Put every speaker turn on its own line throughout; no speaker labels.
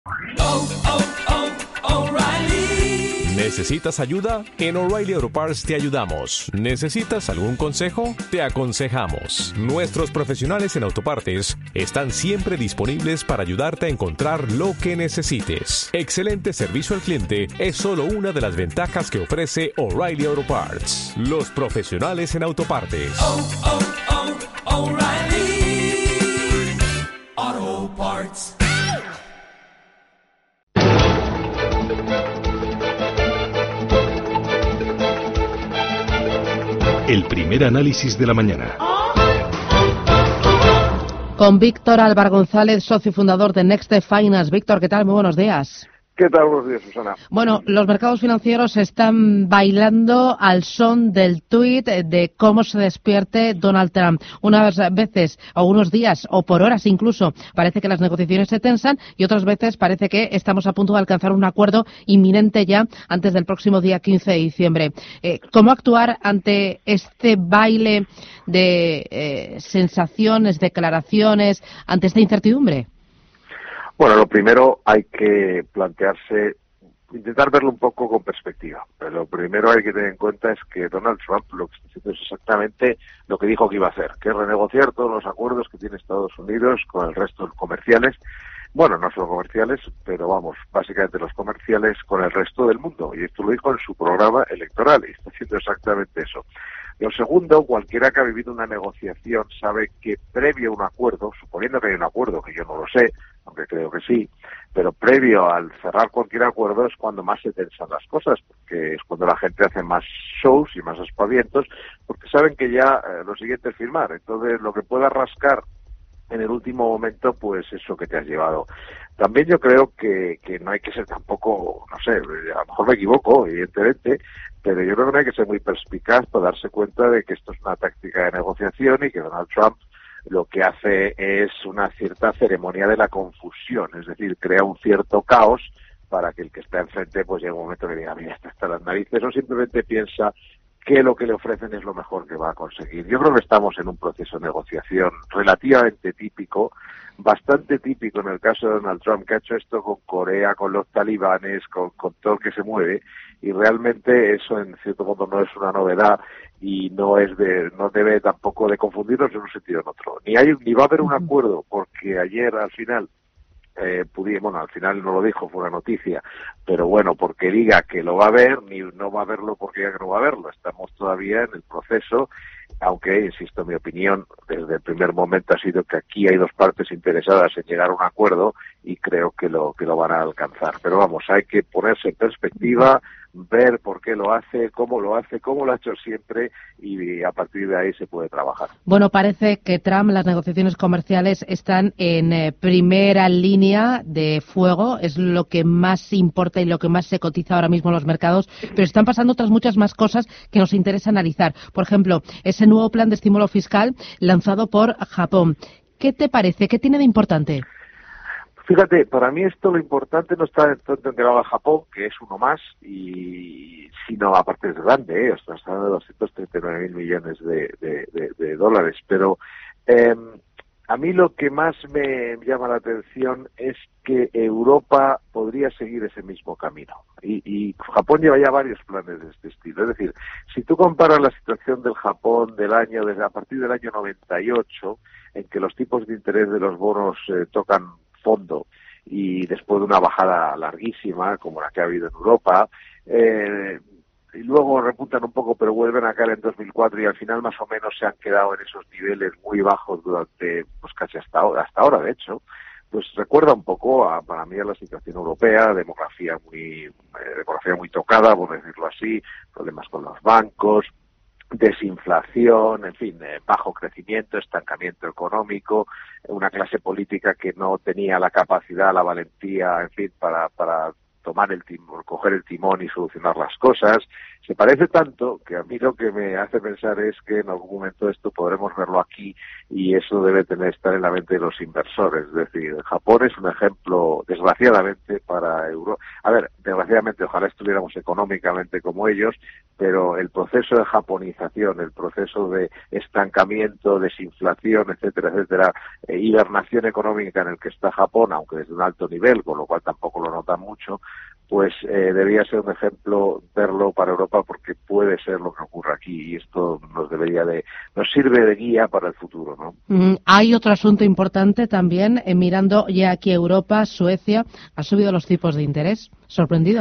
¿Necesitas ayuda? En O'Reilly Auto Parts te ayudamos. ¿Necesitas algún consejo? Te aconsejamos. Nuestros profesionales en autopartes están siempre disponibles para ayudarte a encontrar lo que necesites. Excelente servicio al cliente es solo una de las ventajas que ofrece O'Reilly Auto Parts. Los profesionales en autopartes.
O'Reilly Auto Parts.
El primer análisis de la mañana.
Con Víctor Álvar González, socio fundador de Next Finance. Víctor, ¿qué tal? Muy buenos días.
¿Qué tal? Buenos días, Susana.
Bueno, los mercados financieros están bailando al son del tuit de cómo se despierte Donald Trump. Unas veces, o unos días, o por horas incluso, parece que las negociaciones se tensan y otras veces parece que estamos a punto de alcanzar un acuerdo inminente ya antes del próximo día 15 de diciembre. ¿Cómo actuar ante este baile de sensaciones, declaraciones, ante esta incertidumbre?
Bueno, lo primero hay que plantearse, intentar verlo un poco con perspectiva. Pero lo primero hay que tener en cuenta es que Donald Trump lo que está haciendo es exactamente lo que dijo que iba a hacer, que es renegociar todos los acuerdos que tiene Estados Unidos con el resto de los comerciales. Bueno, no solo comerciales, pero vamos, básicamente los comerciales con el resto del mundo. Y esto lo dijo en su programa electoral y está haciendo exactamente eso. Lo segundo, cualquiera que ha vivido una negociación sabe que previo a un acuerdo, suponiendo que hay un acuerdo, que yo no lo sé, aunque creo que sí, pero previo al cerrar cualquier acuerdo es cuando más se tensan las cosas, porque es cuando la gente hace más shows y más aspavientos, porque saben que ya lo siguiente es firmar. Entonces, lo que pueda rascar en el último momento, pues eso que te has llevado. También yo creo que no hay que ser tampoco, no sé, a lo mejor me equivoco, evidentemente, pero yo creo que no hay que ser muy perspicaz para darse cuenta de que esto es una táctica de negociación y que Donald Trump lo que hace es una cierta ceremonia de la confusión, es decir, crea un cierto caos para que el que está enfrente pues llegue un momento que diga, mira, está hasta las narices, o simplemente piensa que lo que le ofrecen es lo mejor que va a conseguir. Yo creo que estamos en un proceso de negociación relativamente típico, bastante típico en el caso de Donald Trump, que ha hecho esto con Corea, con los talibanes, con todo el que se mueve, y realmente eso en cierto modo no es una novedad y no debe tampoco de confundirnos en un sentido o en otro. Ni va a haber un acuerdo, porque ayer al final al final no lo dijo, fue una noticia, pero bueno, porque diga que lo va a ver, ni no va a verlo porque diga que no va a verlo. Estamos todavía en el proceso, aunque, insisto, mi opinión desde el primer momento ha sido que aquí hay dos partes interesadas en llegar a un acuerdo y creo que lo van a alcanzar. Pero vamos, hay que ponerse en perspectiva, ver por qué lo hace, cómo lo ha hecho siempre, y a partir de ahí se puede trabajar.
Bueno, parece que Trump, las negociaciones comerciales están en primera línea de fuego, es lo que más importa y lo que más se cotiza ahora mismo en los mercados, pero están pasando otras muchas más cosas que nos interesa analizar. Por ejemplo, ese nuevo plan de estímulo fiscal lanzado por Japón. ¿Qué te parece? ¿Qué tiene de importante?
Fíjate, para mí esto lo importante no está tanto en que lo haga Japón, que es uno más, sino aparte es grande, está hablando de 239.000 millones de dólares, pero a mí lo que más me llama la atención es que Europa podría seguir ese mismo camino. Y Japón lleva ya varios planes de este estilo. Es decir, si tú comparas la situación del Japón desde a partir del año 98, en que los tipos de interés de los bonos tocan fondo, y después de una bajada larguísima como la que ha habido en Europa, y luego repuntan un poco pero vuelven a caer en 2004 y al final más o menos se han quedado en esos niveles muy bajos durante pues casi hasta ahora de hecho, pues recuerda un poco para mí a la situación europea, demografía muy tocada, por decirlo así, problemas con los bancos, desinflación, en fin, bajo crecimiento, estancamiento económico, una clase política que no tenía la capacidad, la valentía, en fin, para tomar coger el timón y solucionar las cosas. Se parece tanto que a mí lo que me hace pensar es que en algún momento esto podremos verlo aquí, y eso debe estar en la mente de los inversores. Es decir, Japón es un ejemplo, desgraciadamente, para Europa. A ver, desgraciadamente ojalá estuviéramos económicamente como ellos, pero el proceso de japonización, el proceso de estancamiento, desinflación, etcétera, etcétera, hibernación económica en el que está Japón, aunque desde un alto nivel, con lo cual tampoco lo notan mucho, pues debía ser un ejemplo verlo para Europa, porque puede ser lo que ocurre aquí, y esto nos sirve de guía para el futuro, ¿no?
Hay otro asunto importante también, mirando ya aquí Europa. Suecia ha subido los tipos de interés. ¿Sorprendido?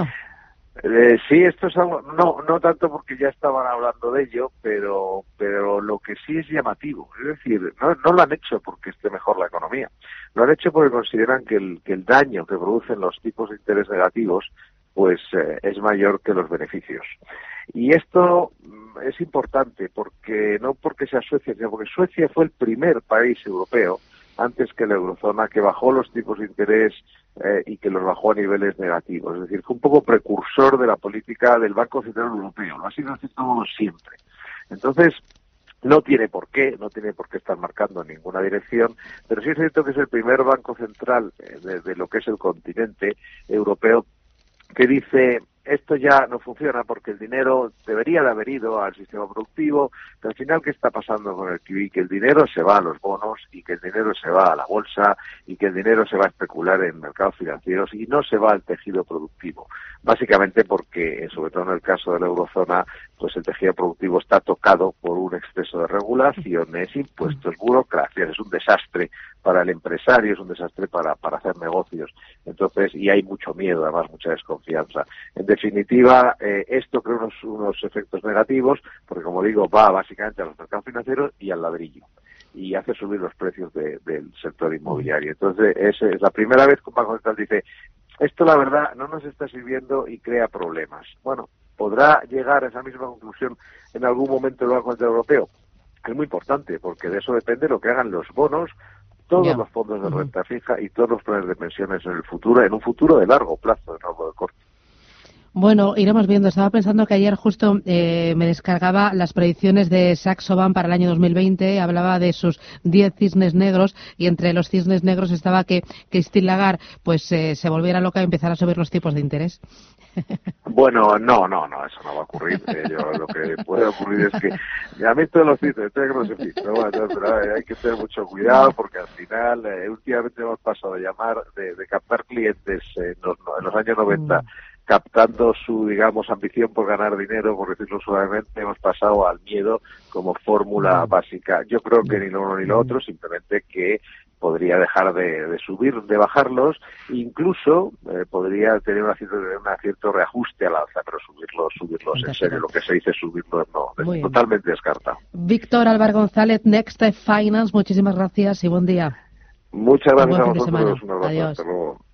Sí, esto es algo, no tanto porque ya estaban hablando de ello, pero lo que sí es llamativo, es decir, no lo han hecho porque esté mejor la economía, lo han hecho porque consideran que el daño que producen los tipos de interés negativos pues es mayor que los beneficios. Y esto es importante, porque no porque sea Suecia, sino porque Suecia fue el primer país europeo, antes que la eurozona, que bajó los tipos de interés y que los bajó a niveles negativos. Es decir, fue un poco precursor de la política del Banco Central Europeo. Lo ha sido de todo siempre. Entonces, no tiene por qué estar marcando en ninguna dirección, pero sí es cierto que es el primer banco central de lo que es el continente europeo que dice: esto ya no funciona porque el dinero debería de haber ido al sistema productivo, pero al final, ¿qué está pasando con el QE? Que el dinero se va a los bonos, y que el dinero se va a la bolsa, y que el dinero se va a especular en mercados financieros y no se va al tejido productivo. Básicamente porque, sobre todo en el caso de la eurozona, pues el tejido productivo está tocado por un exceso de regulaciones, impuestos, burocracias. Es un desastre para el empresario, es un desastre para hacer negocios. Entonces, y hay mucho miedo, además mucha desconfianza. En definitiva, esto crea unos efectos negativos, porque, como digo, va básicamente a los mercados financieros y al ladrillo, y hace subir los precios del sector inmobiliario. Entonces, es la primera vez que un Banco Central dice: esto, la verdad, no nos está sirviendo y crea problemas. Bueno, ¿podrá llegar a esa misma conclusión en algún momento el Banco Central Europeo? Es muy importante, porque de eso depende lo que hagan los bonos, todos los fondos de renta fija y todos los planes de pensiones en un futuro de largo plazo, de largo de corto.
Bueno, iremos viendo. Estaba pensando que ayer justo me descargaba las predicciones de Saxo Bank para el año 2020. Hablaba de sus 10 cisnes negros, y entre los cisnes negros estaba que Christine Lagarde pues se volviera loca y empezara a subir los tipos de interés.
Bueno, no, eso no va a ocurrir. Lo que puede ocurrir es que, a mí todos los cisnes, pero hay que tener mucho cuidado, porque al final, últimamente hemos pasado de captar clientes en los años 90, captando su, digamos, ambición por ganar dinero, por decirlo suavemente, hemos pasado al miedo como fórmula básica. Yo creo que ni lo uno ni lo otro, simplemente que podría dejar de subir, de bajarlos, incluso podría tener un cierto reajuste al alza, pero subirlos en serio, lo que se dice subirlos no, es totalmente descartado.
Víctor Álvaro González, Next Finance, muchísimas gracias y buen día.
Muchas gracias a
vosotros.
Un abrazo.
Adiós.
Hasta luego.